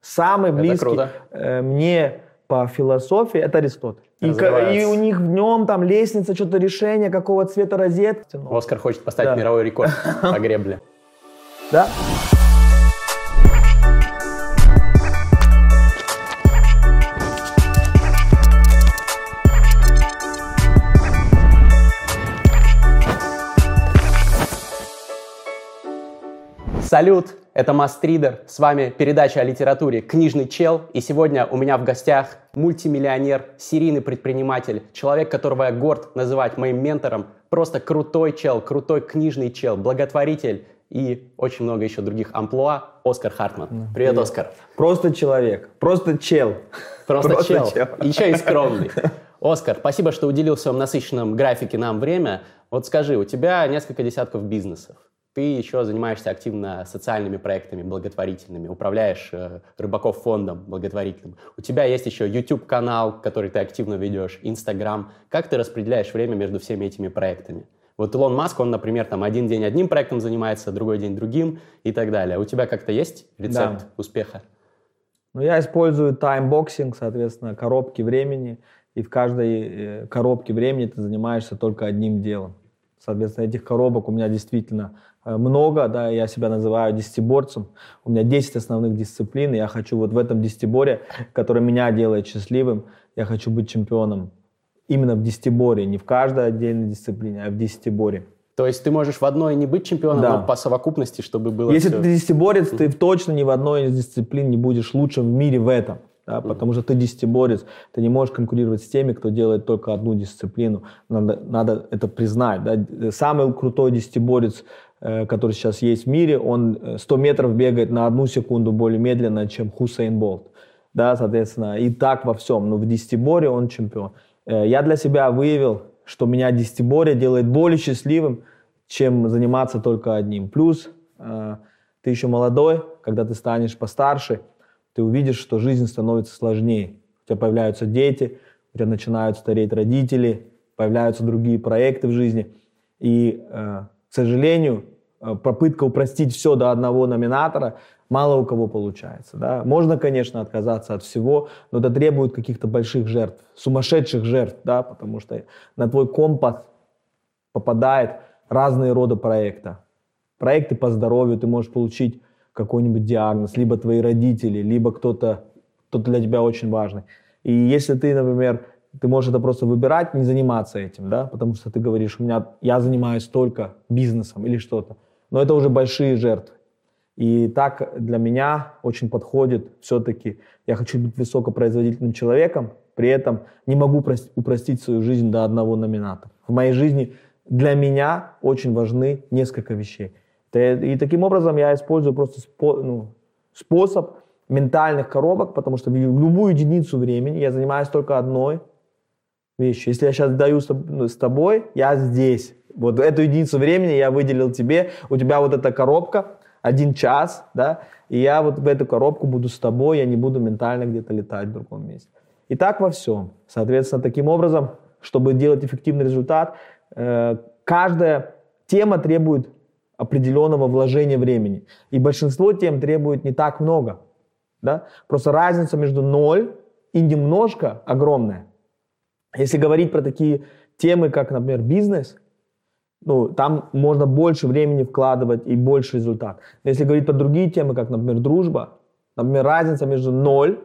Самый близкий мне по философии это Аристотель. И у них в нем там лестница, что-то решение, какого цвета розетки. Оскар хочет поставить мировой рекорд по гребле. Да. Салют, это Мастридер, с вами передача о литературе «Книжный чел», и сегодня у меня в гостях мультимиллионер, серийный предприниматель, человек, которого я горд называть моим ментором, просто крутой чел, крутой книжный чел, благотворитель и очень много еще других амплуа, Оскар Хартман. Привет, Оскар. Просто человек, просто чел. Просто чел, еще и скромный. Оскар, спасибо, что уделил в своем насыщенном графике нам время. Вот скажи, у тебя несколько десятков бизнесов. Ты еще занимаешься активно социальными проектами благотворительными, управляешь Рыбаков фондом благотворительным. У тебя есть еще YouTube-канал, который ты активно ведешь, Instagram. Как ты распределяешь время между всеми этими проектами? Вот Илон Маск, он, например, там один день одним проектом занимается, другой день другим и так далее. У тебя как-то есть рецепт успеха? Ну, я использую таймбоксинг, соответственно, коробки времени. И в каждой коробке времени ты занимаешься только одним делом. Соответственно, этих коробок у меня действительно много, да, я себя называю десятиборцем. У меня 10 основных дисциплин, и я хочу вот в этом десятиборе, который меня делает счастливым, я хочу быть чемпионом именно в десятиборе, не в каждой отдельной дисциплине, а в десятиборе. То есть ты можешь в одной не быть чемпионом, но по совокупности, чтобы было Если все... ты десятиборец, ты точно ни в одной из дисциплин не будешь лучшим в мире в этом. Да, потому что ты десятиборец, ты не можешь конкурировать с теми, кто делает только одну дисциплину. Надо это признать. Да. Самый крутой десятиборец, который сейчас есть в мире, он 100 метров бегает на 1 секунду более медленно, чем Хусейн Болт. Да, соответственно, и так во всем. Но в десятиборе он чемпион. Я для себя выявил, что меня десятиборье делает более счастливым, чем заниматься только одним. Плюс ты еще молодой, когда ты станешь постарше, ты увидишь, что жизнь становится сложнее. У тебя появляются дети, у тебя начинают стареть родители, появляются другие проекты в жизни. И, к сожалению, попытка упростить все до одного номинатора мало у кого получается. Да? Можно, конечно, отказаться от всего, но это требует каких-то больших жертв, сумасшедших жертв, да? Потому что на твой компас попадают разные роды проекта. Проекты по здоровью ты можешь получить какой-нибудь диагноз, либо твои родители, либо кто-то для тебя очень важный. И если ты, например, ты можешь это просто выбирать, не заниматься этим, да, потому что ты говоришь, я занимаюсь только бизнесом или что-то, но это уже большие жертвы. И так для меня очень подходит все-таки, я хочу быть высокопроизводительным человеком, при этом не могу упростить свою жизнь до одного номинатора. В моей жизни для меня очень важны несколько вещей. И таким образом я использую просто способ ментальных коробок, потому что в любую единицу времени я занимаюсь только одной вещью. Если я сейчас даю с тобой, я здесь. Вот эту единицу времени я выделил тебе, у тебя вот эта коробка, 1 час, да, и я вот в эту коробку буду с тобой, я не буду ментально где-то летать в другом месте. И так во всем. Соответственно, таким образом, чтобы делать эффективный результат, каждая тема требует определенного вложения времени. И большинство тем требует не так много. Да? Просто разница между 0 и немножко огромная. Если говорить про такие темы, как, например, бизнес, там можно больше времени вкладывать и больше результат. Но если говорить про другие темы, как, например, дружба, например, разница между 0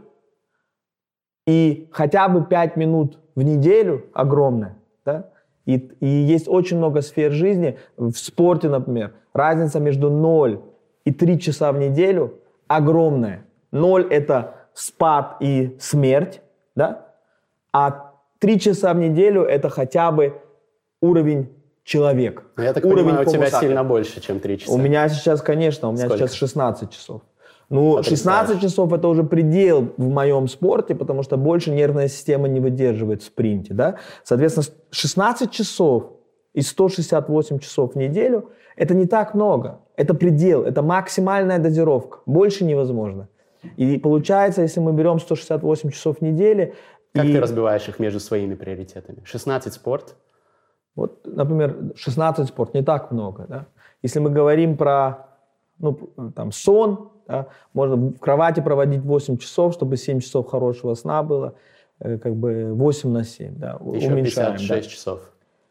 и хотя бы 5 минут в неделю огромная. Да? И есть очень много сфер жизни. В спорте, например, разница между 0 и 3 часа в неделю огромная. 0 – это спад и смерть, да? А 3 часа в неделю – это хотя бы уровень человек. Я так понимаю, у тебя сильно больше, чем 3 часа. У меня сейчас, конечно, сейчас 16 часов. 16 часов – это уже предел в моем спорте, потому что больше нервная система не выдерживает в спринте. Да? Соответственно, 16 часов из 168 часов в неделю – это не так много. Это предел, это максимальная дозировка. Больше невозможно. И получается, если мы берем 168 часов в неделю… Как ты разбиваешь их между своими приоритетами? 16 – спорт? Вот, например, 16 – спорт, не так много. Да? Если мы говорим про сон, Да? Можно в кровати проводить 8 часов, чтобы 7 часов хорошего сна было. Как бы 8 на 7. Да? Еще Уменьшаем, 56 часов.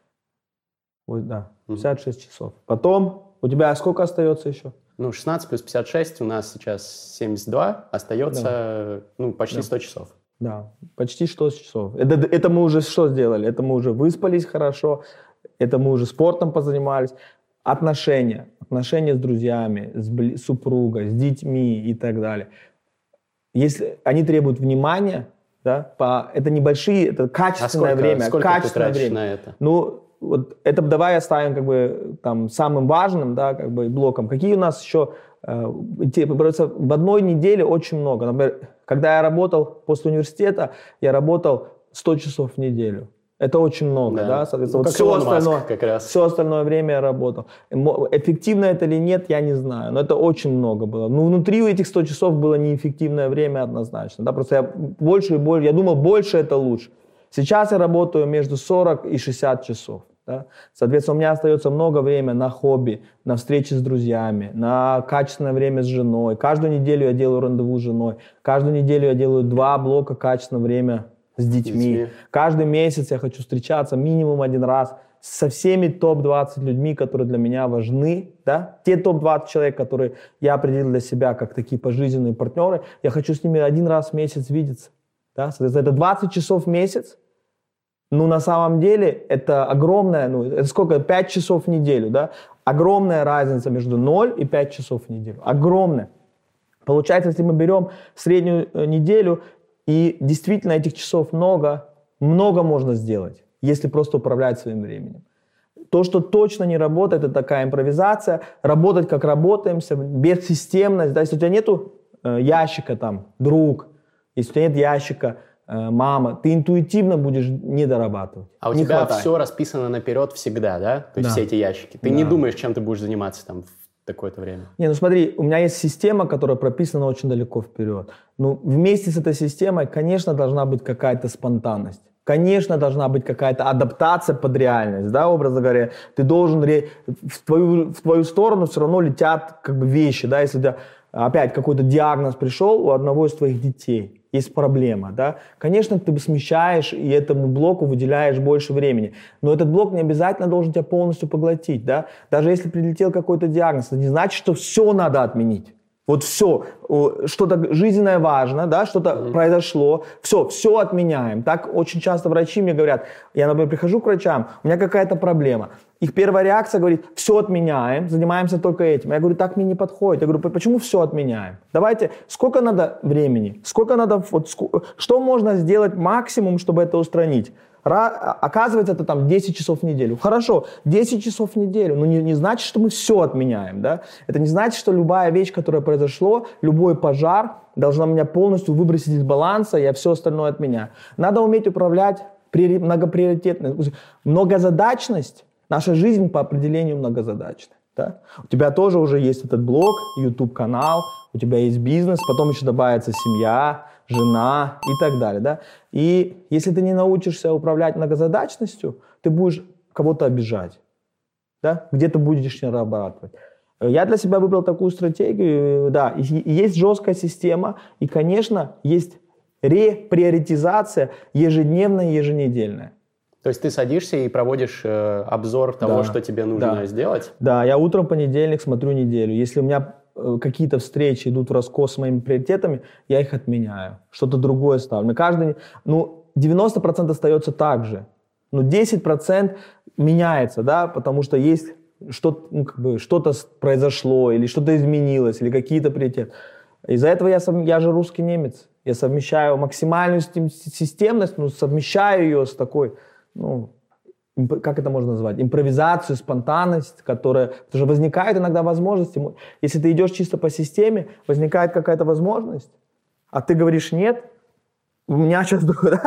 Да, 56 часов. Потом у тебя сколько остается еще? 16 плюс 56 у нас сейчас 72. Остается почти 100 часов. Да, почти 100 часов. Это мы уже что сделали? Это мы уже выспались хорошо, это мы уже спортом позанимались. Отношения с друзьями, с супругой, с детьми и так далее. Если они требуют внимания, да, это небольшие, это качественное время. Сколько ты тратишь на это? Вот это давай оставим как бы там самым важным, да, как бы блоком. Какие у нас еще в одной неделе очень много. Например, когда я работал после университета, я работал 100 часов в неделю. Это очень много, да, соответственно. Вот все остальное время я работал. Эффективно это или нет, я не знаю, но это очень много было. Внутри этих 100 часов было неэффективное время однозначно, да, просто я думал, больше это лучше. Сейчас я работаю между 40 и 60 часов. Да? Соответственно, у меня остается много времени на хобби, на встречи с друзьями, на качественное время с женой. Каждую неделю я делаю рандеву с женой. Каждую неделю я делаю 2 блока качественного времени с детьми. Каждый месяц я хочу встречаться минимум 1 раз со всеми топ-20 людьми, которые для меня важны. Да? Те топ-20 человек, которые я определил для себя как такие пожизненные партнеры, я хочу с ними 1 раз в месяц видеться. Да? Соответственно, это 20 часов в месяц. На самом деле это огромная, это сколько? 5 часов в неделю, да? Огромная разница между 0 и 5 часов в неделю. Огромная. Получается, если мы берем среднюю неделю, и действительно этих часов много можно сделать, если просто управлять своим временем. То, что точно не работает, это такая импровизация, работать как работаемся, бессистемность. Да? Если у тебя нету ящика там, друг, если у тебя нет ящика, мама, ты интуитивно будешь не дорабатывать. А у тебя все расписано наперед всегда, да? То есть все эти ящики. Ты не думаешь, чем ты будешь заниматься там в такое-то время? Смотри, у меня есть система, которая прописана очень далеко вперед. Вместе с этой системой, конечно, должна быть какая-то спонтанность. Конечно, должна быть какая-то адаптация под реальность, да, образно говоря. Ты должен, в твою сторону все равно летят как бы вещи, да, если у тебя опять какой-то диагноз пришел у одного из твоих детей. Есть проблема, да, конечно, ты смещаешь и этому блоку выделяешь больше времени, но этот блок не обязательно должен тебя полностью поглотить, да, даже если прилетел какой-то диагноз, это не значит, что все надо отменить. Вот все, что-то жизненное важно, да, что-то произошло, все отменяем. Так очень часто врачи мне говорят, я, например, прихожу к врачам, у меня какая-то проблема. Их первая реакция говорит, все отменяем, занимаемся только этим. Я говорю, так мне не подходит. Я говорю, почему все отменяем? Давайте, сколько надо времени, что можно сделать максимум, чтобы это устранить? Оказывается, это там 10 часов в неделю. Хорошо, 10 часов в неделю, но не значит, что мы все отменяем. Да? Это не значит, что любая вещь, которая произошла, любой пожар должна меня полностью выбросить из баланса, я все остальное отменяю. Надо уметь управлять многоприоритетностью. Многозадачность, наша жизнь по определению многозадачна. Да? У тебя тоже уже есть этот блог, YouTube-канал, у тебя есть бизнес, потом еще добавится семья, жена и так далее. Да? И если ты не научишься управлять многозадачностью, ты будешь кого-то обижать, да? Где-то будешь не работать. Я для себя выбрал такую стратегию, да, и есть жесткая система, и, конечно, есть реприоритизация ежедневная, еженедельная. То есть ты садишься и проводишь обзор того, что тебе нужно сделать? Да, я утром понедельник смотрю неделю. Если у меня какие-то встречи идут в раскос с моими приоритетами, я их отменяю. Что-то другое ставлю. 90% остается так же. Но 10% меняется, да, потому что есть что-то произошло, или что-то изменилось, или какие-то приоритеты. Из-за этого я же русский немец. Я совмещаю максимальную системность, совмещаю ее с такой, как это можно назвать, импровизацию, спонтанность, потому что возникает иногда возможность, если ты идешь чисто по системе, возникает какая-то возможность, а ты говоришь нет, у меня сейчас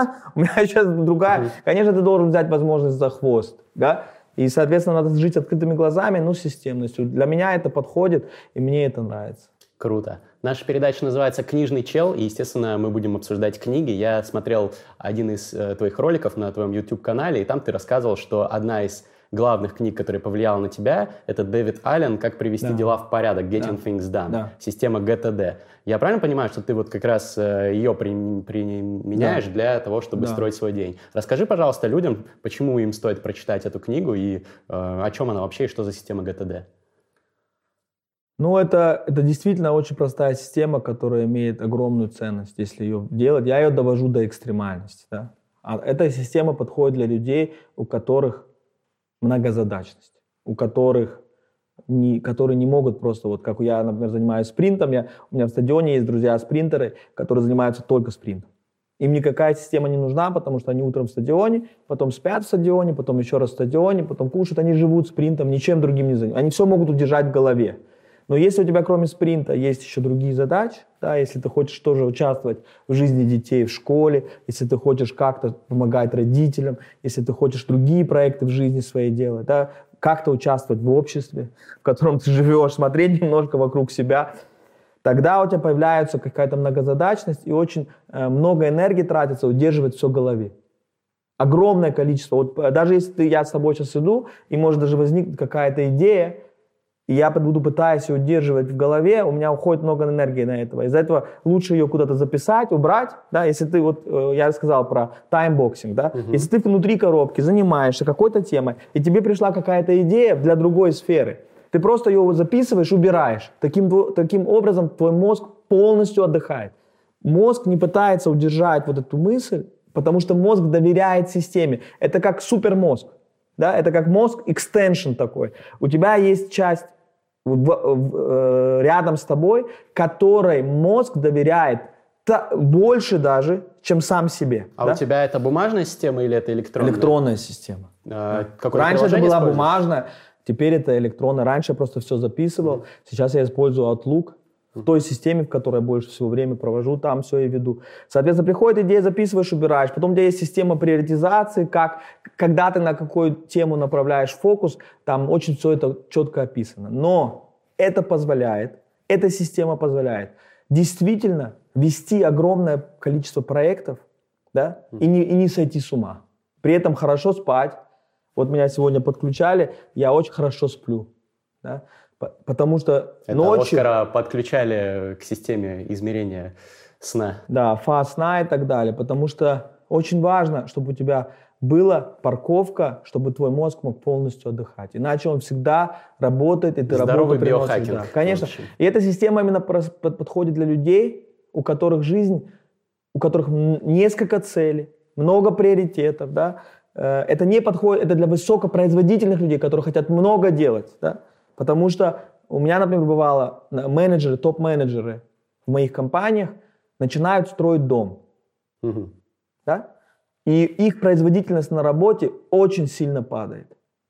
другая, конечно, ты должен взять возможность за хвост, да, и, соответственно, надо жить открытыми глазами, системностью. Для меня это подходит, и мне это нравится. Круто. Наша передача называется «Книжный чел», и, естественно, мы будем обсуждать книги. Я смотрел один из твоих роликов на твоем YouTube-канале, и там ты рассказывал, что одна из главных книг, которая повлияла на тебя, это Дэвид Аллен «Как привести дела в порядок», Getting Things Done, система ГТД. Я правильно понимаю, что ты вот как раз ее применяешь для того, чтобы строить свой день? Расскажи, пожалуйста, людям, почему им стоит прочитать эту книгу и о чем она вообще и что за система ГТД. Ну, это действительно очень простая система, которая имеет огромную ценность, если ее делать. Я ее довожу до экстремальности. Да? А эта система подходит для людей, у которых многозадачность, которые не могут просто, вот как я, например, занимаюсь спринтом, у меня в стадионе есть друзья-спринтеры, которые занимаются только спринтом. Им никакая система не нужна, потому что они утром в стадионе, потом спят в стадионе, потом еще раз в стадионе, потом кушают, они живут спринтом, ничем другим не занимаются. Они все могут удержать в голове. Но если у тебя кроме спринта есть еще другие задачи, да, если ты хочешь тоже участвовать в жизни детей в школе, если ты хочешь как-то помогать родителям, если ты хочешь другие проекты в жизни своей делать, да, как-то участвовать в обществе, в котором ты живешь, смотреть немножко вокруг себя, тогда у тебя появляется какая-то многозадачность и очень много энергии тратится удерживать все в голове. Огромное количество. Вот, даже если я с тобой сейчас иду, и может даже возникнет какая-то идея, и я буду пытаясь ее удерживать в голове, у меня уходит много энергии на этого. Из-за этого лучше ее куда-то записать, убрать. Да? Если ты, вот я сказал про таймбоксинг, да? Если ты внутри коробки занимаешься какой-то темой, и тебе пришла какая-то идея для другой сферы, ты просто ее записываешь, убираешь. Таким образом твой мозг полностью отдыхает. Мозг не пытается удержать вот эту мысль, потому что мозг доверяет системе. Это как супермозг. Да? Это как мозг экстеншн такой. У тебя есть часть рядом с тобой, которой мозг доверяет больше даже, чем сам себе. А у тебя это бумажная система или это электронная? Электронная система. Раньше это была бумажная, теперь это электронная. Раньше я просто все записывал, сейчас я использую Outlook. В той системе, в которой я больше всего времени провожу, там все и веду. Соответственно, приходит идея, записываешь, убираешь. Потом у тебя есть система приоритизации, когда ты на какую тему направляешь фокус, там очень все это четко описано. Но эта система позволяет действительно вести огромное количество проектов, да, и не сойти с ума. При этом хорошо спать. Вот меня сегодня подключали, я очень хорошо сплю. Да. Потому что это ночью... Оскара подключали к системе измерения сна. Да, фаз сна и так далее. Потому что очень важно, чтобы у тебя была парковка, чтобы твой мозг мог полностью отдыхать. Иначе он всегда работает, и ты здоровый работу приносишь. биохакинг. Да, конечно. И эта система именно подходит для людей, у которых несколько целей, много приоритетов. Да? Это не подходит, это для высокопроизводительных людей, которые хотят много делать. Да? Потому что у меня, например, бывало, менеджеры, топ-менеджеры в моих компаниях начинают строить дом. Да? И их производительность на работе очень сильно падает.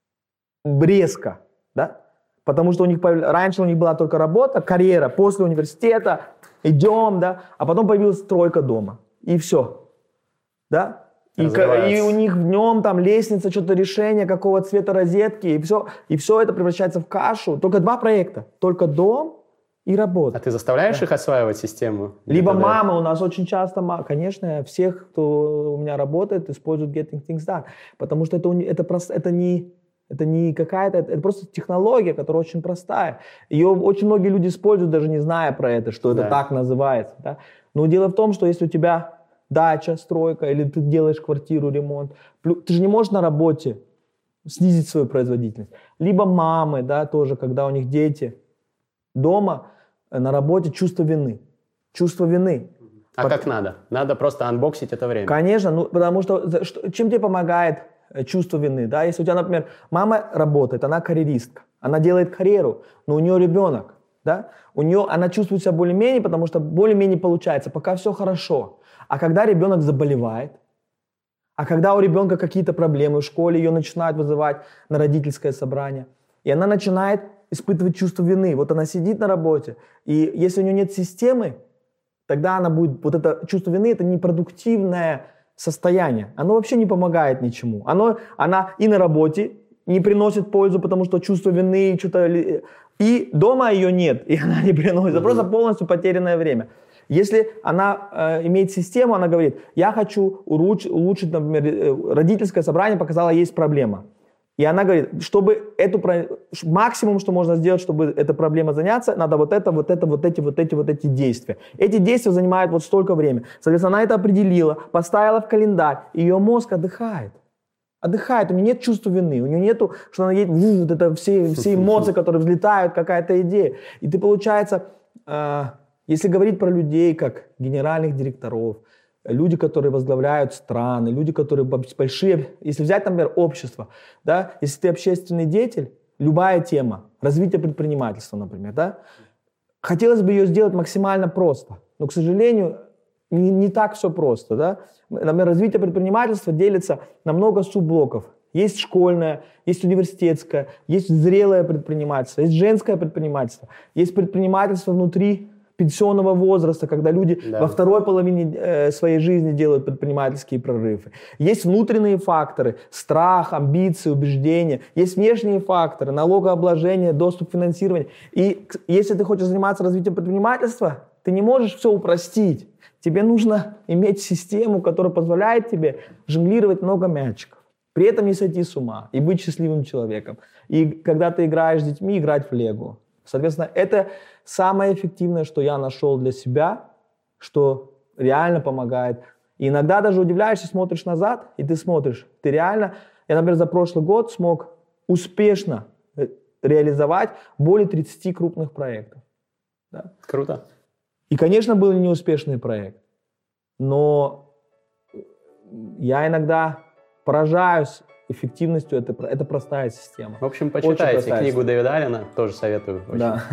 Резко. Да? Потому что раньше у них была только работа, карьера, после университета, идем, да? А потом появилась стройка дома. И все. Да? И у них днем там лестница, что-то решение, какого цвета розетки, и все это превращается в кашу. Только 2 проекта. Только дом и работа. А ты заставляешь их осваивать систему? Либо мамы, у нас очень часто, конечно, всех, кто у меня работает, используют Getting Things Done. Потому что это не какая-то, это просто технология, которая очень простая. Ее очень многие люди используют, даже не зная про это, что это так называется. Да? Но дело в том, что если у тебя дача, стройка, или ты делаешь квартиру, ремонт. Ты же не можешь на работе снизить свою производительность. Либо мамы, да, тоже, когда у них дети дома, на работе чувство вины. Чувство вины. А как надо? Надо просто анбоксить это время. Конечно, потому что чем тебе помогает чувство вины? Да? Если у тебя, например, мама работает, она карьеристка, она делает карьеру, но у нее ребенок. Да? Она чувствует себя более-менее, потому что более-менее получается, пока все хорошо. А когда ребенок заболевает, а когда у ребенка какие-то проблемы в школе, ее начинают вызывать на родительское собрание, и она начинает испытывать чувство вины. Вот она сидит на работе, и если у нее нет системы, тогда она будет... Вот это чувство вины — это непродуктивное состояние. Оно вообще не помогает ничему. Она и на работе не приносит пользу, потому что чувство вины, и дома ее нет, и она не приносит. Это просто полностью потерянное время. Если она имеет систему, она говорит, я хочу улучшить, например, родительское собрание показало, есть проблема. И она говорит, чтобы максимум, что можно сделать, чтобы этой проблемой заняться, надо вот эти действия. Эти действия занимают вот столько времени. Соответственно, она это определила, поставила в календарь, и ее мозг отдыхает. Отдыхает, у нее нет чувства вины, у нее нету, что она едет, вот это все эмоции, которые взлетают, какая-то идея. И ты, получается, если говорить про людей, как генеральных директоров, люди, которые возглавляют страны, люди, которые большие, если взять, например, общество, да, если ты общественный деятель, любая тема, развитие предпринимательства, например, да, хотелось бы ее сделать максимально просто, но, к сожалению, не так все просто, да. Например, развитие предпринимательства делится на много субблоков. Есть школьное, есть университетское, есть зрелое предпринимательство, есть женское предпринимательство, есть предпринимательство внутри пенсионного возраста, когда люди во второй половине своей жизни делают предпринимательские прорывы. Есть внутренние факторы, страх, амбиции, убеждения. Есть внешние факторы, налогообложение, доступ к финансированию. И если ты хочешь заниматься развитием предпринимательства, ты не можешь все упростить. Тебе нужно иметь систему, которая позволяет тебе жонглировать много мячиков. При этом не сойти с ума и быть счастливым человеком. И когда ты играешь с детьми, играть в лего. Соответственно, это самое эффективное, что я нашел для себя, что реально помогает. И иногда даже удивляешься, смотришь назад, и ты смотришь, ты реально... Я, например, за прошлый год смог успешно реализовать более 30 крупных проектов. Да. Круто. И, конечно, был неуспешный проект, но я иногда поражаюсь эффективностью, это простая система. В общем, почитайте книгу Дэвида Аллена, тоже советую. Очень. Да.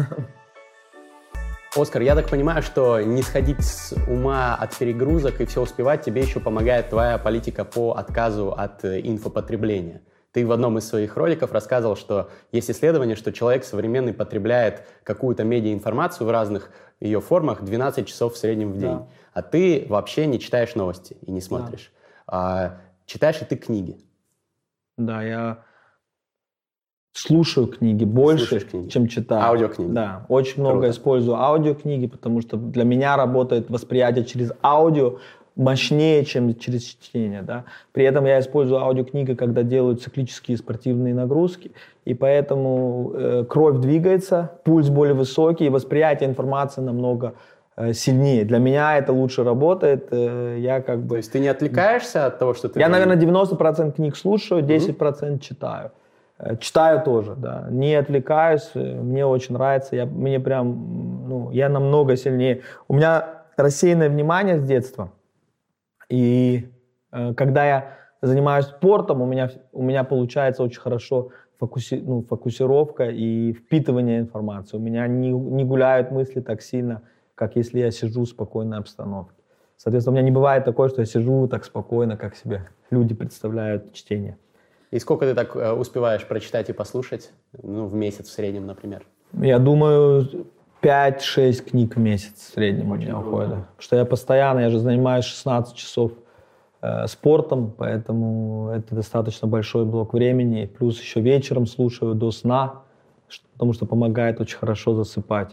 Оскар, я так понимаю, что не сходить с ума от перегрузок и все успевать тебе еще помогает твоя политика по отказу от инфопотребления. Ты в одном из своих роликов рассказывал, что есть исследование, что человек современный потребляет какую-то медиаинформацию в разных ее формах 12 часов в среднем в день. Да. А ты вообще не читаешь новости и не смотришь. Да. Читаешь ли ты книги? Да, я слушаю книги больше, чем читаю. Аудиокниги? Да, очень много использую аудиокниги, потому что для меня работает восприятие через аудио мощнее, чем через чтение. Да? При этом я использую аудиокниги, когда делаю циклические спортивные нагрузки, и поэтому кровь двигается, пульс более высокий, и восприятие информации намного сильнее. Для меня это лучше работает. Я как бы... То есть ты не отвлекаешься от того, что ты... Я, наверное, 90% книг слушаю, 10% читаю. Читаю тоже, да. Не отвлекаюсь, мне очень нравится. Я намного сильнее. У меня рассеянное внимание с детства. И когда я занимаюсь спортом, у меня получается очень хорошо фокусировка и впитывание информации. У меня не гуляют мысли так сильно, как если я сижу в спокойной обстановке. Соответственно, у меня не бывает такое, что я сижу так спокойно, как себе люди представляют чтение. И сколько ты так успеваешь прочитать и послушать? В месяц в среднем, например? Я думаю, 5-6 книг в месяц в среднем у меня уходит. Потому что я постоянно, я же занимаюсь 16 часов спортом, поэтому это достаточно большой блок времени. Плюс еще вечером слушаю до сна, потому что помогает очень хорошо засыпать.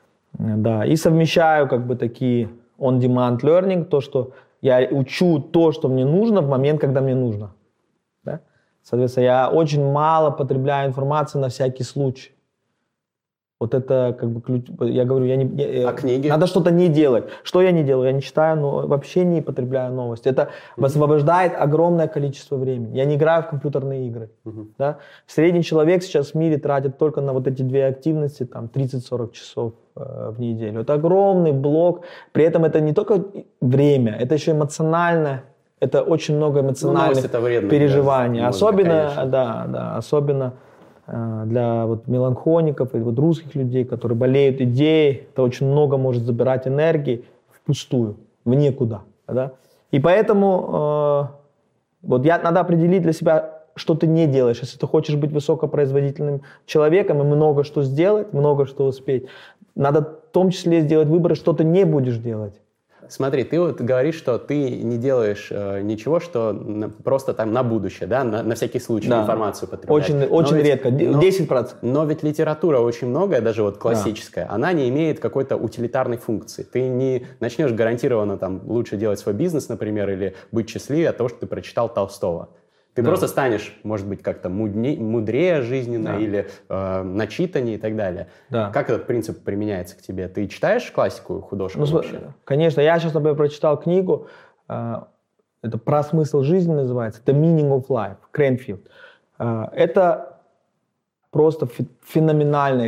Да, и совмещаю как бы такие on-demand learning, то, что я учу то, что мне нужно в момент, когда мне нужно. Да? Соответственно, я очень мало потребляю информации на всякий случай. Вот это как бы ключ. Я говорю, а книги? Надо что-то не делать. Что я не делаю? Я не читаю, но вообще не потребляю новости. Это высвобождает огромное количество времени. Я не играю в компьютерные игры. Да? Средний человек сейчас в мире тратит только на вот эти две активности там 30-40 часов в неделю. Это огромный блок. При этом это не только время, это еще эмоционально. Это очень много эмоциональных переживаний. Да, особенно, особенно для вот меланхоников и вот русских людей, которые болеют идеей, это очень много может забирать энергии впустую, в никуда. Да? И поэтому надо определить для себя, что ты не делаешь. Если ты хочешь быть высокопроизводительным человеком и много что сделать, много что успеть, надо в том числе сделать выбор, что ты не будешь делать. Смотри, ты вот говоришь, что ты не делаешь ничего, что просто там на будущее, да, на всякий случай информацию потребляешь. Очень редко, 10%. Но ведь литература очень многое, даже вот классическая, она не имеет какой-то утилитарной функции. Ты не начнешь гарантированно там лучше делать свой бизнес, например, или быть счастливее от того, что ты прочитал Толстого. Ты просто станешь, может быть, как-то мудрее жизненно или начитаннее и так далее. Да. Как этот принцип применяется к тебе? Ты читаешь классику художественную вообще? Конечно. Я сейчас, например, прочитал книгу, это «Про смысл жизни» называется, «The Meaning of Life», Кренфилд. Это просто феноменальная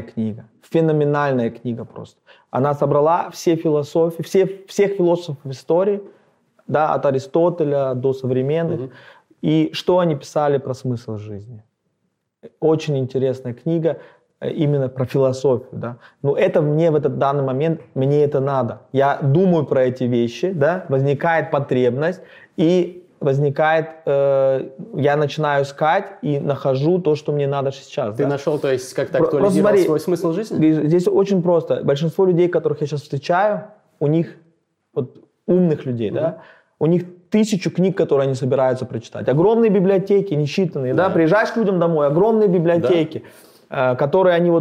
книга просто. Она собрала все философии, всех философов истории, да, от Аристотеля до современных, и что они писали про смысл жизни. Очень интересная книга именно про философию, да. Но это мне в этот данный момент, мне это надо. Я думаю про эти вещи, да, возникает потребность, и возникает, я начинаю искать и нахожу то, что мне надо сейчас. Ты нашел, то есть как-то актуализировал свой смысл жизни? Здесь очень просто. Большинство людей, которых я сейчас встречаю, у них, вот умных людей, да, у них 1000 книг, которые они собираются прочитать. Огромные библиотеки, несчитанные, да, приезжаешь к людям домой, огромные библиотеки. Которые они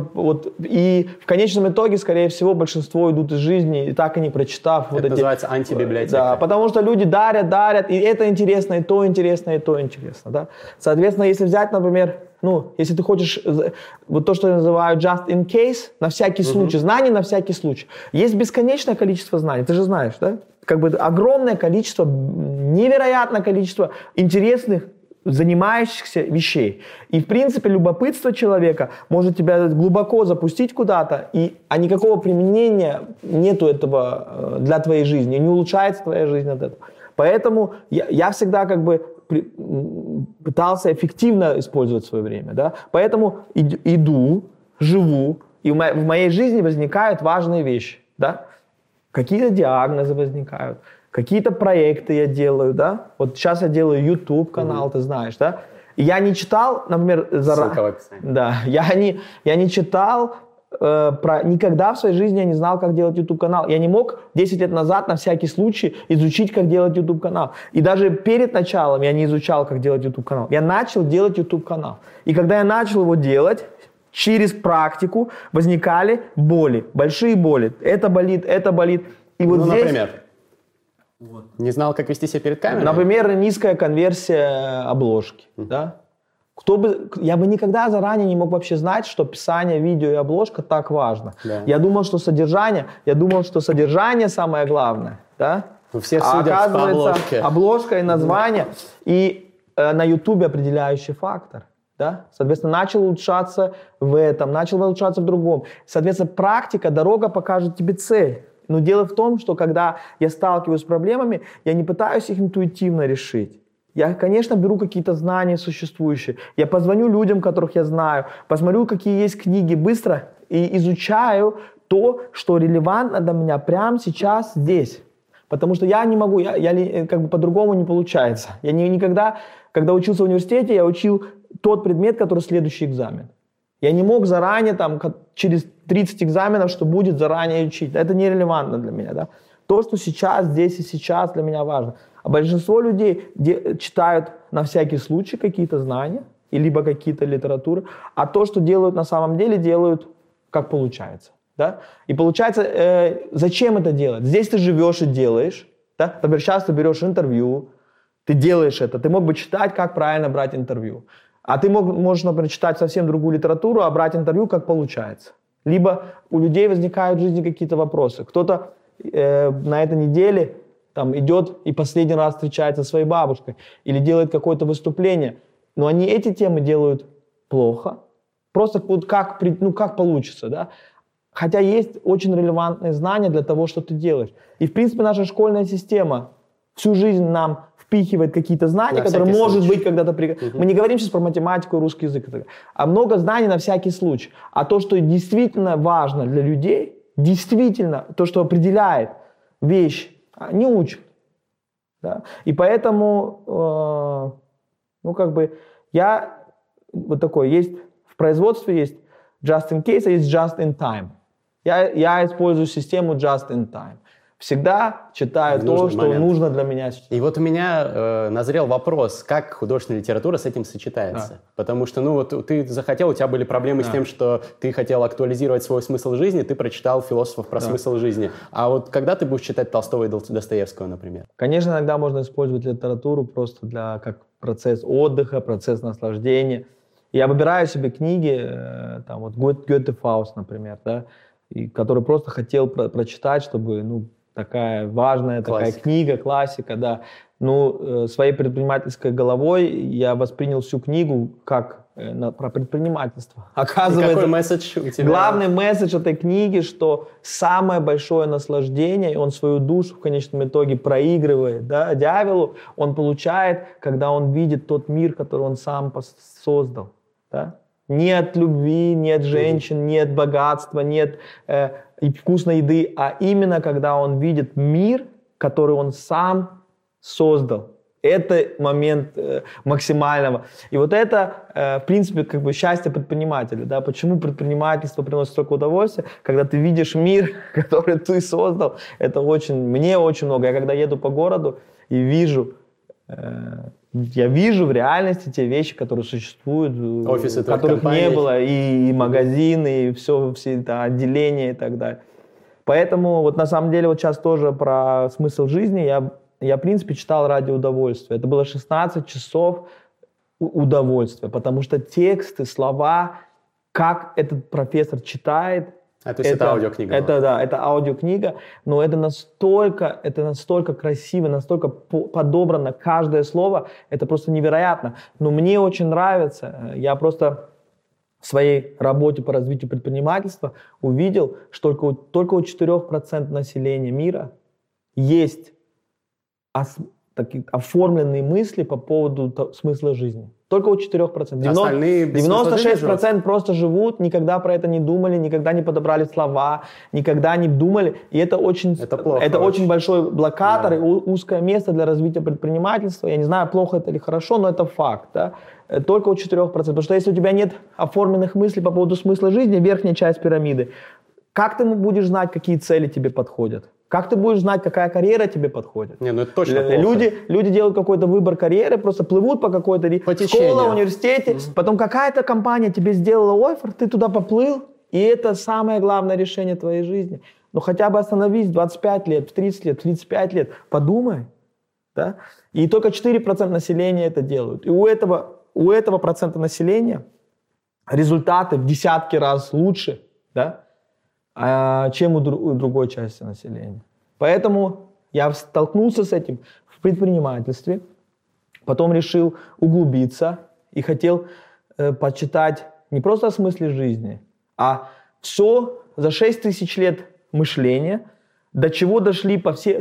и в конечном итоге, скорее всего, большинство идут из жизни, и так и не прочитав. Это называется антибиблиотека. Да, потому что люди дарят, и это интересно, и то интересно, и то интересно. Да? Соответственно, если взять, например, если ты хочешь, вот то, что я называю just in case, на всякий случай, знаний на всякий случай. Есть бесконечное количество знаний, ты же знаешь, да? Как бы огромное количество, невероятное количество интересных, занимающихся вещей. И, в принципе, любопытство человека может тебя глубоко запустить куда-то, а никакого применения нету этого для твоей жизни, не улучшается твоя жизнь от этого. Поэтому я всегда как бы пытался эффективно использовать свое время. Да? Поэтому иду, живу, и в моей жизни возникают важные вещи. Да? Какие-то диагнозы возникают, какие-то проекты я делаю, да. Вот сейчас я делаю YouTube-канал, ты знаешь, да. И я не читал, например, ссылка в описании. Да, я не читал никогда в своей жизни я не знал, как делать YouTube-канал. Я не мог 10 лет назад на всякий случай изучить, как делать YouTube-канал. И даже перед началом я не изучал, как делать YouTube-канал. Я начал делать YouTube-канал. И когда я начал его делать, через практику возникали боли, большие боли. Это болит. И вот здесь... например? Не знал, как вести себя перед камерой? Например, низкая конверсия обложки. Да? Я бы никогда заранее не мог вообще знать, что описание видео и обложка так важно. Да. Я думал, что содержание самое главное. Да? Все судят по обложке. Обложка и название. И на YouTube определяющий фактор. Да? Соответственно, начал улучшаться в этом, начал улучшаться в другом. Соответственно, практика, дорога покажет тебе цель. Но дело в том, что когда я сталкиваюсь с проблемами, я не пытаюсь их интуитивно решить. Я, конечно, беру какие-то знания существующие. Я позвоню людям, которых я знаю, посмотрю, какие есть книги быстро и изучаю то, что релевантно для меня прямо сейчас здесь. Потому что я не могу, как бы по-другому не получается. Я никогда, когда учился в университете, я учил тот предмет, который следующий экзамен. Я не мог заранее, через 30 экзаменов, что будет, заранее учить. Это нерелевантно для меня. Да? То, что сейчас, здесь и сейчас для меня важно. А большинство людей читают на всякий случай какие-то знания, либо какие-то литературы, а то, что делают на самом деле, делают как получается. Да? И получается, зачем это делать? Здесь ты живешь и делаешь. Да? Например, сейчас ты берешь интервью, ты делаешь это. Ты мог бы читать, как правильно брать интервью. А ты можешь, например, читать совсем другую литературу, а брать интервью, как получается. Либо у людей возникают в жизни какие-то вопросы. Кто-то на этой неделе идет и последний раз встречается со своей бабушкой или делает какое-то выступление. Но они эти темы делают плохо. Просто как получится. Да? Хотя есть очень релевантные знания для того, что ты делаешь. И, в принципе, наша школьная система всю жизнь нам впихивает какие-то знания, которые, может быть, когда-то... Мы не говорим сейчас про математику и русский язык, а много знаний на всякий случай. А то, что действительно важно для людей, действительно, то, что определяет вещь, не учат. Да? И поэтому, я вот такой, есть в производстве есть just in case, а есть just in time. Я использую систему just in time. Всегда читаю то, что нужно для меня сейчас. И вот у меня назрел вопрос, как художественная литература с этим сочетается. Да. Потому что, ты захотел, у тебя были проблемы с тем, что ты хотел актуализировать свой смысл жизни, ты прочитал философов про смысл жизни. А вот когда ты будешь читать Толстого и Достоевского, например? Конечно, иногда можно использовать литературу просто как процесс отдыха, процесс наслаждения. Я выбираю себе книги, там вот Гёте-Фауст, например, да, и который просто хотел прочитать, чтобы, ну, такая важная такая книга, классика, да. Ну, своей предпринимательской головой я воспринял всю книгу как про предпринимательство. Оказывается, какой месседж у тебя? Главный месседж этой книги, что самое большое наслаждение, и он свою душу в конечном итоге проигрывает, да, дьяволу, он получает, когда он видит тот мир, который он сам создал. Да? Нет любви, нет женщин, нет богатства, нет вкусной еды, а именно когда он видит мир, который он сам создал. Это момент максимального. И вот это, в принципе, как бы счастье предпринимателя. Да? Почему предпринимательство приносит столько удовольствия? Когда ты видишь мир, который ты создал, это мне очень много. Я когда еду по городу и вижу, я вижу в реальности те вещи, которые существуют, офисы которых не было, и магазины, и все это отделения и так далее. Поэтому вот на самом деле вот сейчас тоже про смысл жизни я в принципе читал ради удовольствия. Это было 16 часов удовольствия, потому что тексты, слова, как этот профессор читает. То есть это аудиокнига? Это аудиокнига, но это настолько красиво, настолько подобрано каждое слово, это просто невероятно. Но мне очень нравится, я просто в своей работе по развитию предпринимательства увидел, что только у 4% населения мира есть оформленные мысли по поводу смысла жизни. Только у 4%. 96% просто живут, никогда про это не думали, никогда не подобрали слова, никогда не думали. И это очень большой блокатор, да. И узкое место для развития предпринимательства. Я не знаю, плохо это или хорошо, но это факт. Да? Только у 4%. Потому что если у тебя нет оформленных мыслей по поводу смысла жизни, верхняя часть пирамиды, как ты будешь знать, какие цели тебе подходят? Как ты будешь знать, какая карьера тебе подходит? Не, ну это точно плохо. Люди делают какой-то выбор карьеры, просто плывут по какой-то школе, университете, потом какая-то компания тебе сделала оффер, ты туда поплыл, и это самое главное решение твоей жизни. Ну хотя бы остановись в 25 лет, в 30 лет, в 35 лет, подумай. Да? И только 4% населения это делают. И у этого процента населения результаты в десятки раз лучше, да? Чем у другой части населения. Поэтому я столкнулся с этим в предпринимательстве, потом решил углубиться и хотел почитать не просто о смысле жизни, а все за 6 тысяч лет мышления, до чего дошли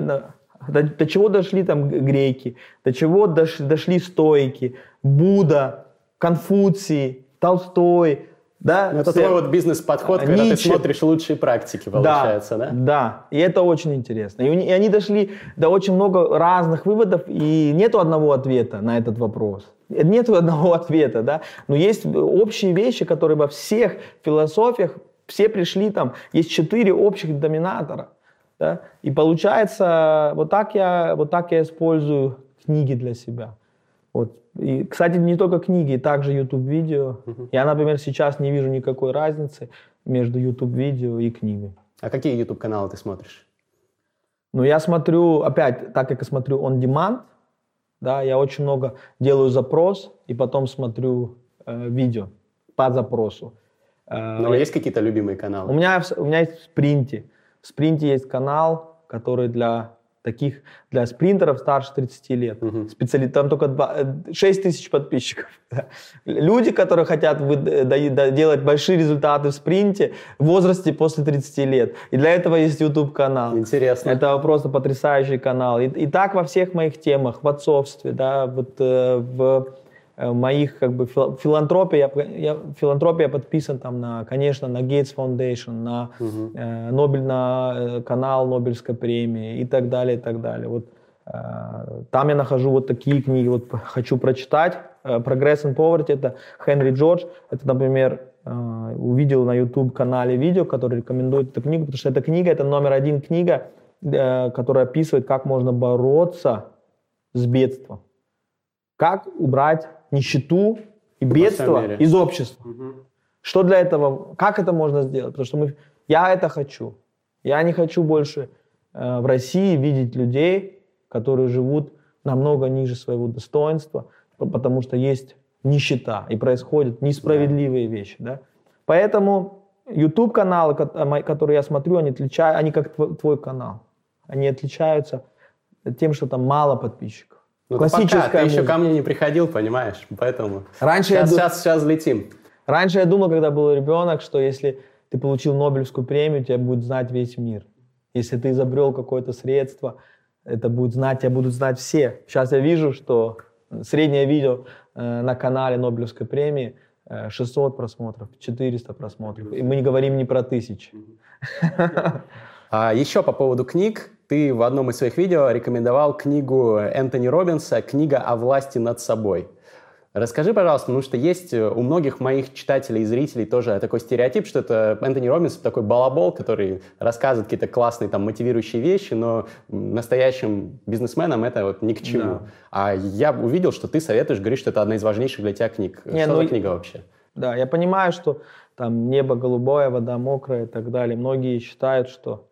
до чего дошли там греки, до чего дошли стоики, Будда, Конфуций, Толстой. Да, это твой вот бизнес-подход, когда ты смотришь лучшие практики, получается, да? Да, и это очень интересно. И они дошли до очень много разных выводов, и нету одного ответа на этот вопрос. Нету одного ответа, да? Но есть общие вещи, которые во всех философиях, все пришли там, есть 4 общих доминатора. Да? И получается, вот так я использую книги для себя. Вот. И, кстати, не только книги, также YouTube-видео. Я, например, сейчас не вижу никакой разницы между YouTube-видео и книгой. А какие YouTube-каналы ты смотришь? Ну, я смотрю, опять, так как я смотрю on demand, да, я очень много делаю запрос и потом смотрю видео по запросу. Но есть какие-то любимые каналы? У меня есть в Спринте. В Спринте есть канал, который для спринтеров старше 30 лет. Там только 6 тысяч подписчиков. Люди, которые хотят делать большие результаты в спринте в возрасте после 30 лет. И для этого есть YouTube-канал. Интересно. Это просто потрясающий канал. И так во всех моих темах, в отцовстве, да, вот, в моих как бы филантропия подписан там конечно, на Gates Foundation, на на канал Нобелевской премии и так далее, и так далее. Вот там я нахожу вот такие книги, вот хочу прочитать. Progress in Poverty, это Хенри Джордж, это, например, увидел на YouTube-канале видео, который рекомендует эту книгу, потому что эта книга, это номер 1 книга, которая описывает, как можно бороться с бедством. Как убрать нищету и бедство из общества. Что для этого, как это можно сделать? Потому что я это хочу. Я не хочу больше в России видеть людей, которые живут намного ниже своего достоинства. потому что есть нищета и происходят несправедливые вещи. Да? Поэтому YouTube-каналы, которые я смотрю, они как твой канал. Они отличаются тем, что там мало подписчиков. Ну, классическая ты еще ко мне не приходил, понимаешь? Поэтому сейчас взлетим. Раньше я думал, когда был ребенок, что если ты получил Нобелевскую премию, тебя будет знать весь мир. Если ты изобрел какое-то средство, тебя будут знать все. Сейчас я вижу, что среднее видео на канале Нобелевской премии 600 просмотров, 400 просмотров. И мы не говорим не про тысячи. Еще по поводу книг. Ты в одном из своих видео рекомендовал книгу Энтони Роббинса «Книга о власти над собой». Расскажи, пожалуйста, потому что есть у многих моих читателей и зрителей тоже такой стереотип, что это Энтони Роббинс такой балабол, который рассказывает какие-то классные там мотивирующие вещи, но настоящим бизнесменам это вот ни к чему. Да. А я увидел, что ты советуешь, говоришь, что это одна из важнейших для тебя книг. Что за книга вообще? Да, я понимаю, что там небо голубое, вода мокрая и так далее. Многие считают, что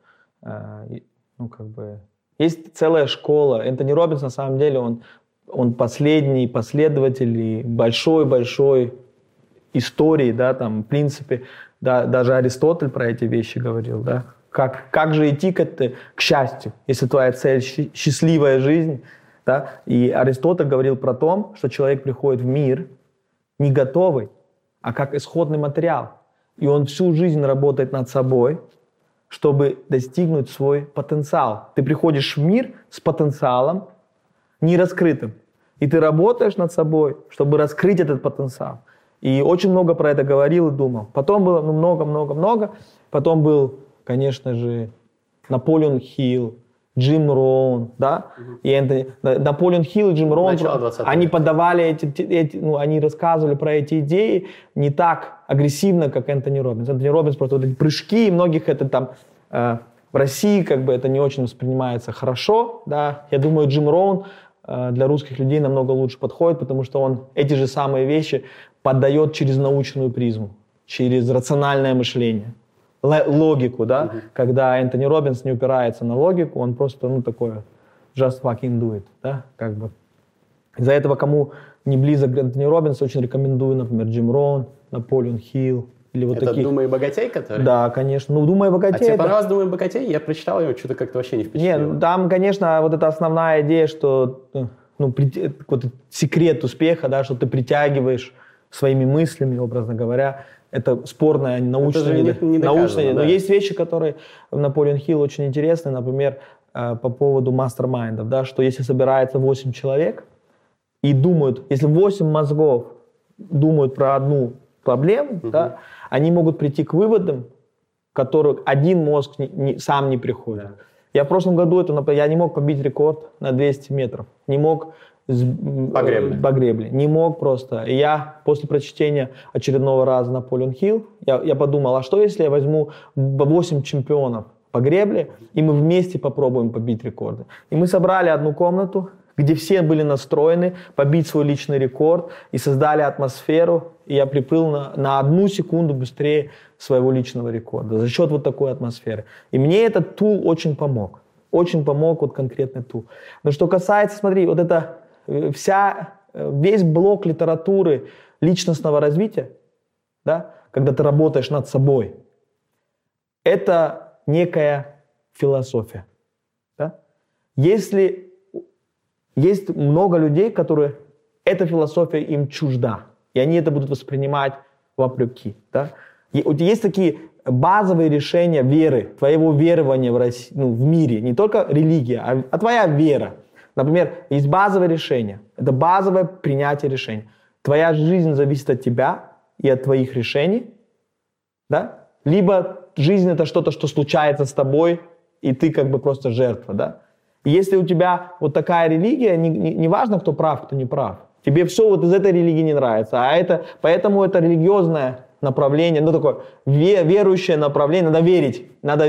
есть целая школа. Энтони Роббинс, на самом деле, он последний последователь большой-большой истории, да, там, в принципе, да, даже Аристотель про эти вещи говорил, да. Как же идти к счастью, если твоя цель счастливая жизнь, да. И Аристотель говорил про то, что человек приходит в мир не готовый, а как исходный материал. И он всю жизнь работает над собой, чтобы достигнуть свой потенциал. Ты приходишь в мир с потенциалом нераскрытым. И ты работаешь над собой, чтобы раскрыть этот потенциал. И очень много про это говорил и думал. Потом было много. Потом был, конечно же, Наполеон Хилл, Джим Роун, да? И Наполеон Хилл и Джим Роун, они подавали они рассказывали про эти идеи не так агрессивно, как Энтони Роббинс. Энтони Роббинс просто вот эти прыжки, и многих это там в России как бы это не очень воспринимается хорошо, да? Я думаю, Джим Роун для русских людей намного лучше подходит, потому что он эти же самые вещи подает через научную призму, через рациональное мышление. Логику, да, когда Энтони Роббинс не упирается на логику, он просто, такое, just fucking do it, да, как бы. Из-за этого, кому не близок Энтони Роббинс, очень рекомендую, например, Джим Роун, Наполеон Хилл, или вот это таких. «Думай и богатей», который? Да, конечно. «Думай и богатей». А тебе понравилось «Думай и богатей»? Я прочитал его, что-то как-то вообще не впечатлило. Нет, там, конечно, вот эта основная идея, что, вот секрет успеха, да, что ты притягиваешь своими мыслями, образно говоря. Это спорное, научное, научное. Но есть вещи, которые в Наполеон Хилл очень интересны, например, по поводу мастер-майндов, да, что если собирается 8 человек и думают, если 8 мозгов думают про одну проблему, да, они могут прийти к выводам, которых один мозг сам не приходит. Да. Я в прошлом году, я не мог побить рекорд на 200 метров, не мог по гребле. Не мог просто. И я после прочтения очередного раза Наполеон Хилл, я подумал, а что если я возьму 8 чемпионов по гребле, и мы вместе попробуем побить рекорды. И мы собрали одну комнату, где все были настроены побить свой личный рекорд, и создали атмосферу, и я приплыл на 1 секунду быстрее своего личного рекорда за счет вот такой атмосферы. И мне этот тул очень помог. Очень помог вот конкретный тул. Но что касается, смотри, вот это весь блок литературы личностного развития, да, когда ты работаешь над собой, это некая философия. Да? Если есть много людей, которые эта философия им чужда, и они это будут воспринимать вопреки. Да? Есть такие базовые решения веры, твоего верования в мире, не только религия, а твоя вера. Например, есть базовое решение. Это базовое принятие решений. Твоя жизнь зависит от тебя и от твоих решений. Да? Либо жизнь — это что-то, что случается с тобой, и ты как бы просто жертва. Да? И если у тебя вот такая религия, не важно, кто прав, кто не прав. Тебе все вот из этой религии не нравится. Поэтому это религиозное направление, такое верующее направление. Надо верить.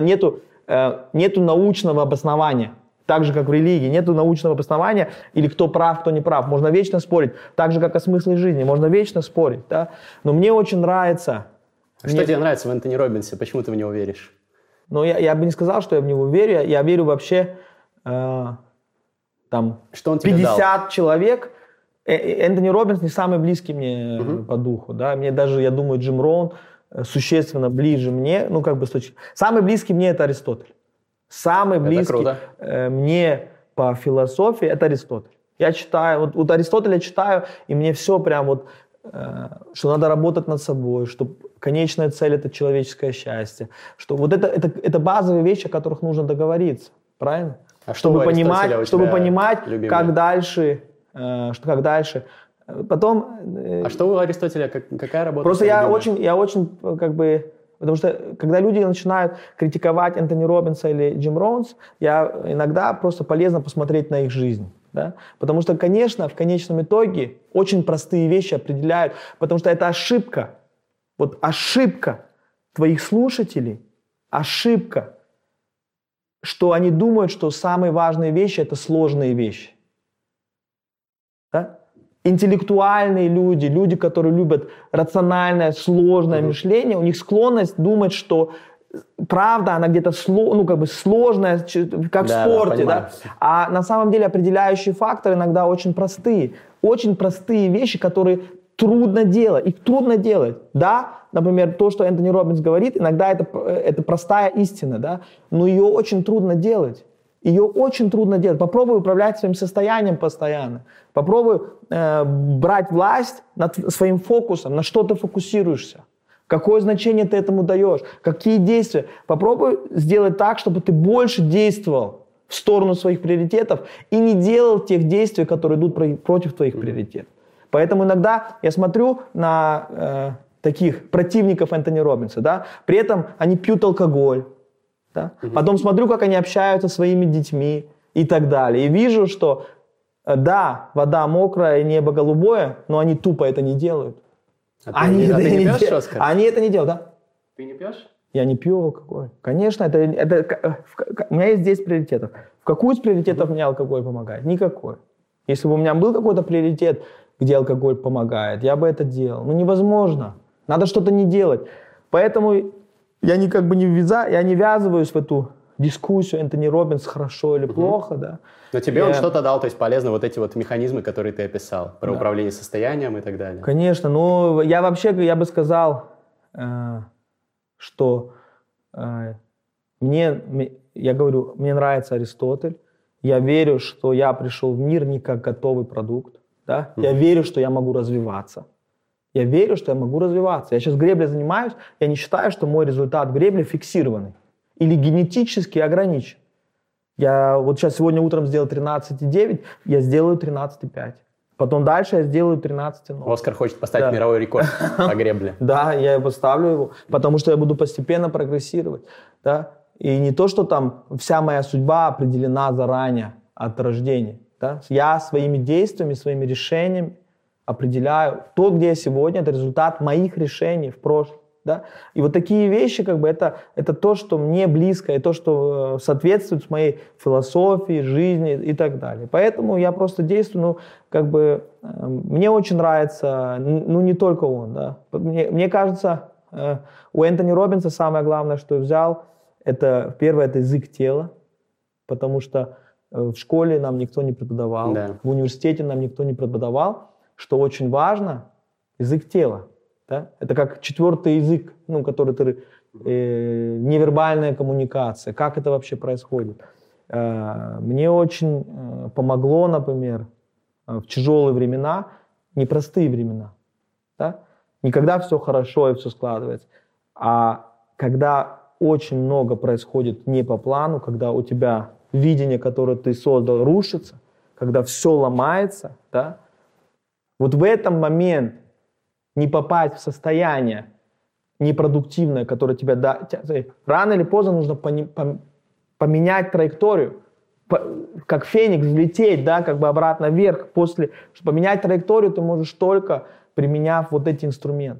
Нету научного обоснования. Так же, как в религии, нет научного обоснования, или кто прав, кто не прав. Можно вечно спорить. Так же, как о смысле жизни. Можно вечно спорить. Да? Но мне очень нравится... Что тебе нравится в Энтони Роббинсе? Почему ты в него веришь? Я бы не сказал, что я в него верю. Я верю вообще... что он тебе 50 дал? человек Энтони Робинс не самый близкий мне по духу, да, мне даже, я думаю, Джим Роун существенно ближе мне, ну, как бы, самый близкий мне это Аристотель. Самый близкий мне по философии это Аристотель. Я читаю, вот Аристотеля читаю, и мне все прям вот, что надо работать над собой, что конечная цель — это человеческое счастье, что вот это базовые вещи, о которых нужно договориться, правильно? А чтобы понимать, как дальше, Потом... А что у Аристотеля, какая работа? Просто я очень, как бы... Потому что, когда люди начинают критиковать Энтони Робинса или Джим Роунс, иногда просто полезно посмотреть на их жизнь. Да? Потому что, конечно, в конечном итоге очень простые вещи определяют, потому что это ошибка. Вот ошибка твоих слушателей, ошибка, что они думают, что самые важные вещи — это сложные вещи. Да? Интеллектуальные люди, которые любят рациональное, сложное мышление, у них склонность думать, что правда, она где-то сложная, как в спорте. Да? А на самом деле определяющие факторы иногда очень простые. Очень простые вещи, которые трудно делать. Их трудно делать. Да, например, то, что Энтони Робинс говорит, иногда это простая истина, да? Но ее очень трудно делать. Ее очень трудно делать. Попробуй управлять своим состоянием постоянно. Попробуй брать власть над своим фокусом, на что ты фокусируешься. Какое значение ты этому даешь? Какие действия? Попробуй сделать так, чтобы ты больше действовал в сторону своих приоритетов и не делал тех действий, которые идут против твоих приоритетов. Поэтому иногда я смотрю на таких противников Энтони Робинса, да? При этом они пьют алкоголь. Да? Потом смотрю, как они общаются со своими детьми и так далее. И вижу, что да, вода мокрая, небо голубое, но они тупо это не делают. Они это не пьешь, Оскар? Они это не делают, да. Ты не пьешь? Я не пью алкоголь. Конечно, у меня есть 10 приоритетов. В какой из приоритетов мне алкоголь помогает? Никакой. Если бы у меня был какой-то приоритет, где алкоголь помогает, я бы это делал. Ну, невозможно. Надо что-то не делать. Поэтому я не ввязываюсь в эту дискуссию, Энтони Робинс хорошо или плохо, да. Но тебе он что-то дал, то есть полезно вот эти вот механизмы, которые ты описал, про управление состоянием и так далее. Конечно, но я бы сказал, что мне нравится Аристотель, я верю, что я пришел в мир не как готовый продукт, да? Я верю, что я могу развиваться. Я верю, что я могу развиваться. Я сейчас греблей занимаюсь, я не считаю, что мой результат гребли фиксированный или генетически ограничен. Я вот сейчас сегодня утром сделал 13,9, я сделаю 13,5. Потом дальше я сделаю 13,0. Оскар хочет поставить мировой рекорд по гребле. Да, я поставлю его, потому что я буду постепенно прогрессировать. Да? И не то, что там вся моя судьба определена заранее от рождения. Да? Я своими действиями, своими решениями определяю то, где я сегодня, это результат моих решений в прошлом. Да? И вот такие вещи, как бы, это то, что мне близко, и то, что соответствует с моей философией, жизни и так далее. Поэтому я просто действую, мне очень нравится, не только он. Да? Мне кажется, у Энтони Робинса самое главное, что я взял, первое, это язык тела, потому что в школе нам никто не преподавал, в университете нам никто не преподавал, что очень важно, язык тела. Да? Это как четвертый язык, который невербальная коммуникация. Как это вообще происходит? Мне очень помогло, например, в тяжелые времена, непростые времена. Да? Не когда все хорошо и все складывается, а когда очень много происходит не по плану, когда у тебя видение, которое ты создал, рушится, когда все ломается, да? Вот в этом момент не попасть в состояние непродуктивное, которое тебя... Рано или поздно нужно поменять траекторию, как феникс взлететь, да, как бы обратно вверх. Чтобы поменять траекторию, ты можешь только применяв вот эти инструменты.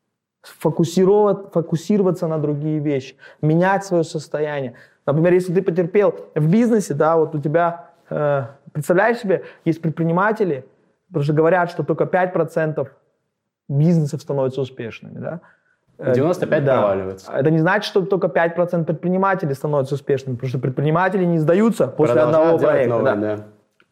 Фокусироваться на другие вещи, менять свое состояние. Например, если ты потерпел в бизнесе, да, вот у тебя, представляешь себе, есть предприниматели, потому что говорят, что только 5% бизнесов становятся успешными. Да? 95 проваливаются. Это не значит, что только 5% предпринимателей становятся успешными, потому что предприниматели не сдаются после одного проекта. Новое, да.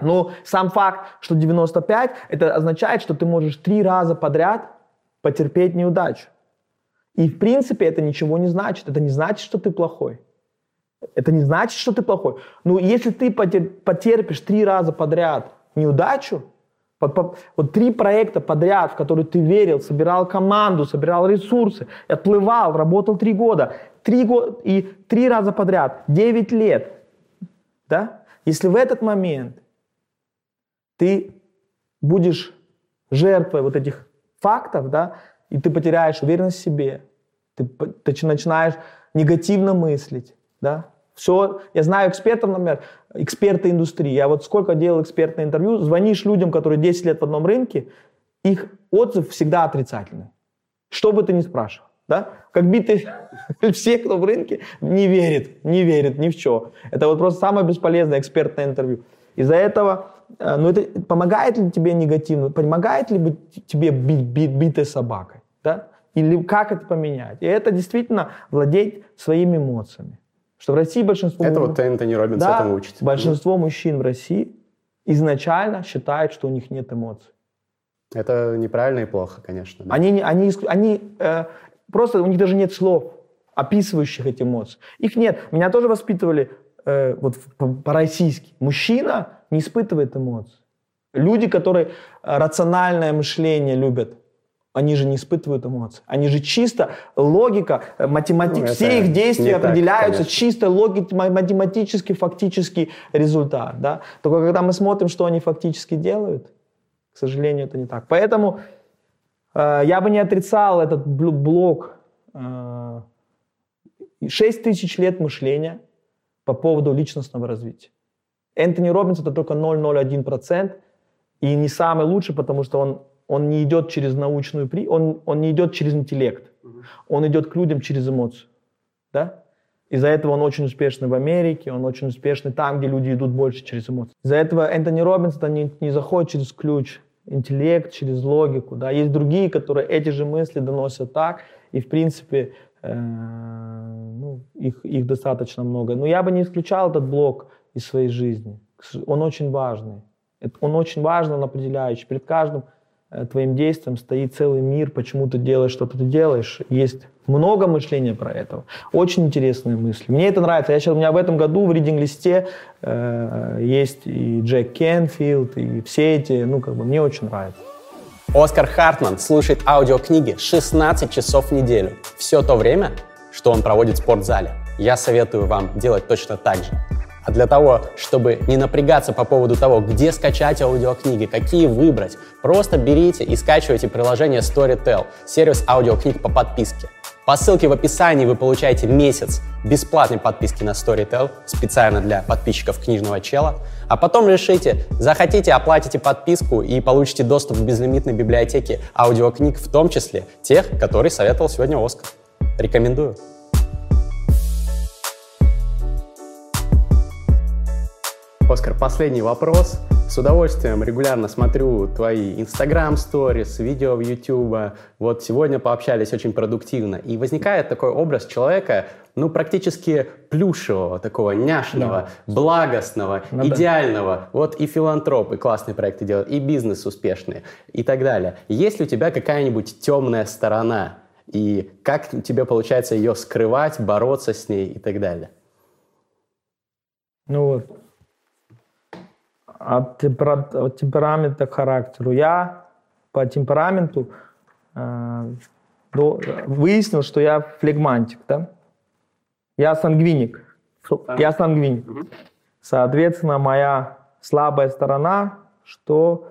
Но сам факт, что 95, это означает, что ты можешь 3 раза подряд потерпеть неудачу. И в принципе это ничего не значит. Это не значит, что ты плохой. Это не значит, что ты плохой. Но если ты потерпишь 3 раза подряд неудачу, вот 3 проекта подряд, в которые ты верил, собирал команду, собирал ресурсы, отплывал, работал 3 года, 3 года и 3 раза подряд, 9 лет, да? Если в этот момент ты будешь жертвой вот этих фактов, да, и ты потеряешь уверенность в себе, ты начинаешь негативно мыслить, да, все, я знаю экспертов, например, эксперты индустрии, я вот сколько делал экспертное интервью, звонишь людям, которые 10 лет в одном рынке, их отзыв всегда отрицательный, что бы ты ни спрашивал, да, как битый, все, кто в рынке, не верит ни в что, это вот просто самое бесполезное экспертное интервью, из-за этого, ну это помогает ли тебе негативно, помогает ли тебе бить битой собакой, да, или как это поменять, и это действительно владеть своими эмоциями. Что в России большинство... Это вот Энтони Роббинс этому учит. Большинство мужчин в России изначально считают, что у них нет эмоций. Это неправильно и плохо, конечно. Да? Они просто у них даже нет слов, описывающих эти эмоции. Их нет. Меня тоже воспитывали вот по-российски. Мужчина не испытывает эмоций. Люди, которые рациональное мышление любят, они же не испытывают эмоций. Они же чисто логика, математика, все их действия определяются чисто логикой, математический, фактический результат. Да? Только когда мы смотрим, что они фактически делают, к сожалению, это не так. Поэтому я бы не отрицал этот блок 6000 лет мышления по поводу личностного развития. Энтони Роббинс это только 0,01%, и не самый лучший, потому что он не идет через научную, он не идет через интеллект, он идет к людям через эмоцию, да? Из-за этого он очень успешный в Америке, он очень успешный там, где люди идут больше через эмоции. Из-за этого Энтони Роббинс не заходит через ключ, интеллект, через логику, да? Есть другие, которые эти же мысли доносят так, и в принципе их достаточно много. Но я бы не исключал этот блок из своей жизни. Он очень важный. Он очень важный, он определяющий. Перед каждым твоим действием стоит целый мир, почему ты делаешь, что ты делаешь. Есть много мышления про это. Очень интересные мысли. Мне это нравится. У меня в этом году в ридинг-листе есть и Джек Кенфилд, и все эти, мне очень нравится. Оскар Хартман слушает аудиокниги 16 часов в неделю. Все то время, что он проводит в спортзале. Я советую вам делать точно так же. А для того, чтобы не напрягаться по поводу того, где скачать аудиокниги, какие выбрать, просто берите и скачивайте приложение Storytel, сервис аудиокниг по подписке. По ссылке в описании вы получаете месяц бесплатной подписки на Storytel, специально для подписчиков Книжного Чела, а потом решите, захотите, оплатите подписку и получите доступ к безлимитной библиотеке аудиокниг, в том числе тех, которые советовал сегодня Оскар. Рекомендую. Оскар, последний вопрос. С удовольствием регулярно смотрю твои Instagram-сторис, видео в YouTube. Вот сегодня пообщались очень продуктивно. И возникает такой образ человека, практически плюшевого, такого няшного, благостного, идеального. Вот и филантроп, и классные проекты делают, и бизнес успешный, и так далее. Есть ли у тебя какая-нибудь темная сторона? И как тебе получается ее скрывать, бороться с ней и так далее? От темперамента к характеру. Я по темпераменту выяснил, что я флегматик, да? Я сангвиник. Соответственно, моя слабая сторона, что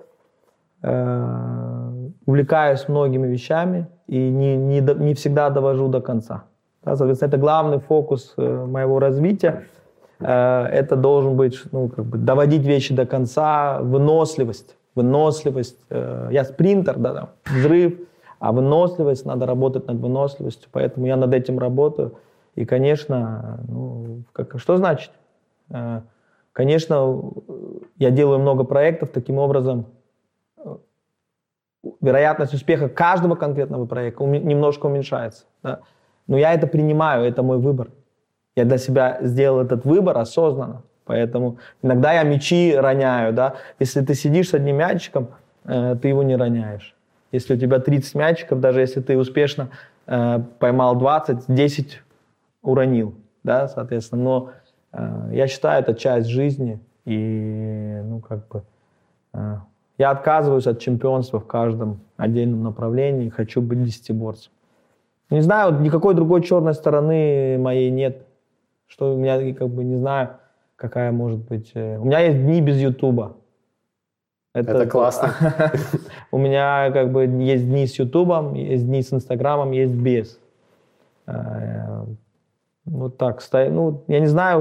увлекаюсь многими вещами и не всегда довожу до конца. Да? Соответственно, это главный фокус моего развития. Это должен быть, доводить вещи до конца, выносливость. Я спринтер, да, взрыв, а выносливость, надо работать над выносливостью, поэтому я над этим работаю. И, конечно, что значит? Конечно, я делаю много проектов, таким образом вероятность успеха каждого конкретного проекта немножко уменьшается. Да? Но я это принимаю, это мой выбор. Я для себя сделал этот выбор осознанно. Поэтому иногда я мячи роняю, да. Если ты сидишь с одним мячиком, ты его не роняешь. Если у тебя 30 мячиков, даже если ты успешно поймал 20, 10 уронил, да, соответственно. Но я считаю, это часть жизни, и, ну, как бы, я отказываюсь от чемпионства в каждом отдельном направлении, хочу быть десятиборцем. Не знаю, никакой другой черной стороны моей нет, что у меня, как бы, не знаю, какая может быть. У меня есть дни без Ютуба. Это классно. У меня, как бы, есть дни с Ютубом, есть дни с Инстаграмом, есть без. Вот так. Ну, я не знаю,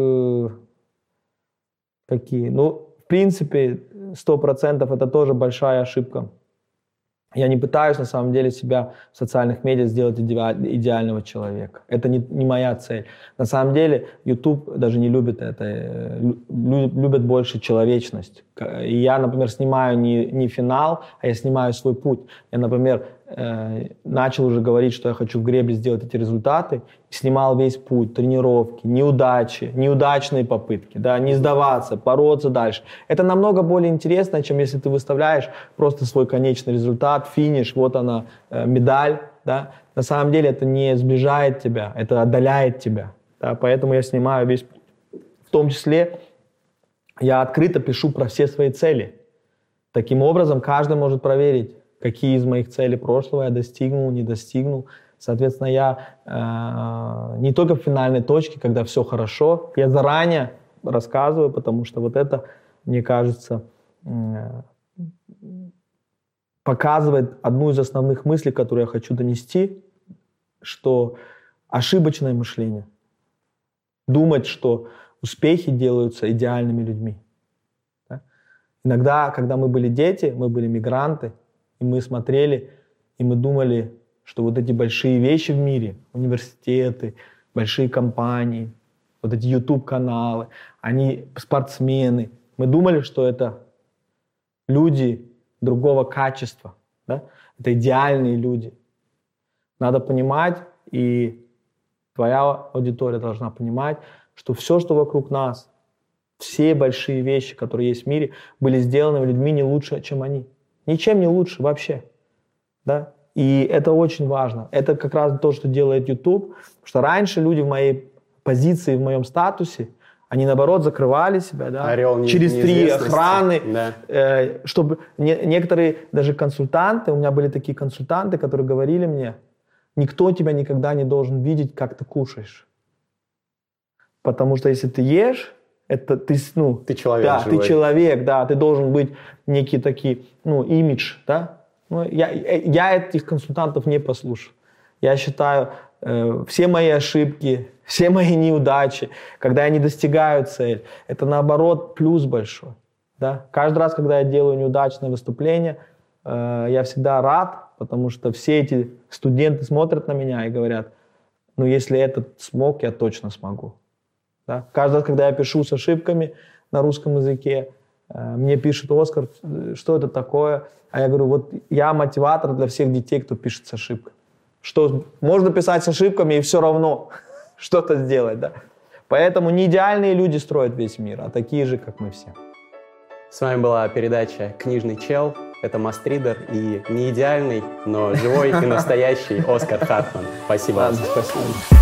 какие. Ну, в принципе, 100% это тоже большая ошибка. Я не пытаюсь, на самом деле, себя в социальных медиа сделать идеального человека. Это не моя цель. На самом деле, YouTube даже не любит это. Любит больше человечность. И я, например, снимаю не финал, а я снимаю свой путь. Я, например, начал уже говорить, что я хочу в гребле сделать эти результаты. Снимал весь путь, тренировки, неудачи, неудачные попытки, да, не сдаваться, бороться дальше. Это намного более интересно, чем если ты выставляешь просто свой конечный результат, финиш, вот она, медаль. Да. На самом деле это не сближает тебя, это отдаляет тебя. Да. Поэтому я снимаю весь путь. В том числе я открыто пишу про все свои цели. Таким образом, каждый может проверить, какие из моих целей прошлого я достигнул, не достигнул. Соответственно, я не только в финальной точке, когда все хорошо, я заранее рассказываю, потому что вот это, мне кажется, показывает одну из основных мыслей, которую я хочу донести, что ошибочное мышление. Думать, что успехи делаются идеальными людьми. Да? Иногда, когда мы были дети, мы были мигранты, и мы смотрели, и мы думали, что вот эти большие вещи в мире, университеты, большие компании, вот эти YouTube-каналы, они спортсмены. Мы думали, что это люди другого качества, да? Это идеальные люди. Надо понимать, и твоя аудитория должна понимать, что все, что вокруг нас, все большие вещи, которые есть в мире, были сделаны людьми не лучше, чем они. Ничем не лучше вообще. Да? И это очень важно. Это как раз то, что делает YouTube. Потому что раньше люди в моей позиции, в моем статусе, они, наоборот, закрывали себя, да? Через 3 охраны. Да. Чтобы некоторые даже консультанты, у меня были такие консультанты, которые говорили мне, никто тебя никогда не должен видеть, как ты кушаешь. Потому что если ты ешь, это ты, ну, ты человек, да, живой. Ты человек, да, ты должен быть некий такой, ну, имидж, да. Ну, я этих консультантов не послушал. Я считаю, все мои ошибки, все мои неудачи, когда я не достигаю цели, это наоборот плюс большой, да. Каждый раз, когда я делаю неудачное выступление, я всегда рад, потому что все эти студенты смотрят на меня и говорят, ну, если этот смог, я точно смогу. Да? Каждый раз, когда я пишу с ошибками на русском языке, мне пишет Оскар, что это такое? А я говорю, вот я мотиватор для всех детей, кто пишет с ошибками. Что можно писать с ошибками и все равно что-то сделать. Да? Поэтому не идеальные люди строят весь мир, а такие же, как мы все. С вами была передача «Книжный чел». Это мастридер и не идеальный, но живой и настоящий Оскар Хартман. Спасибо. Спасибо.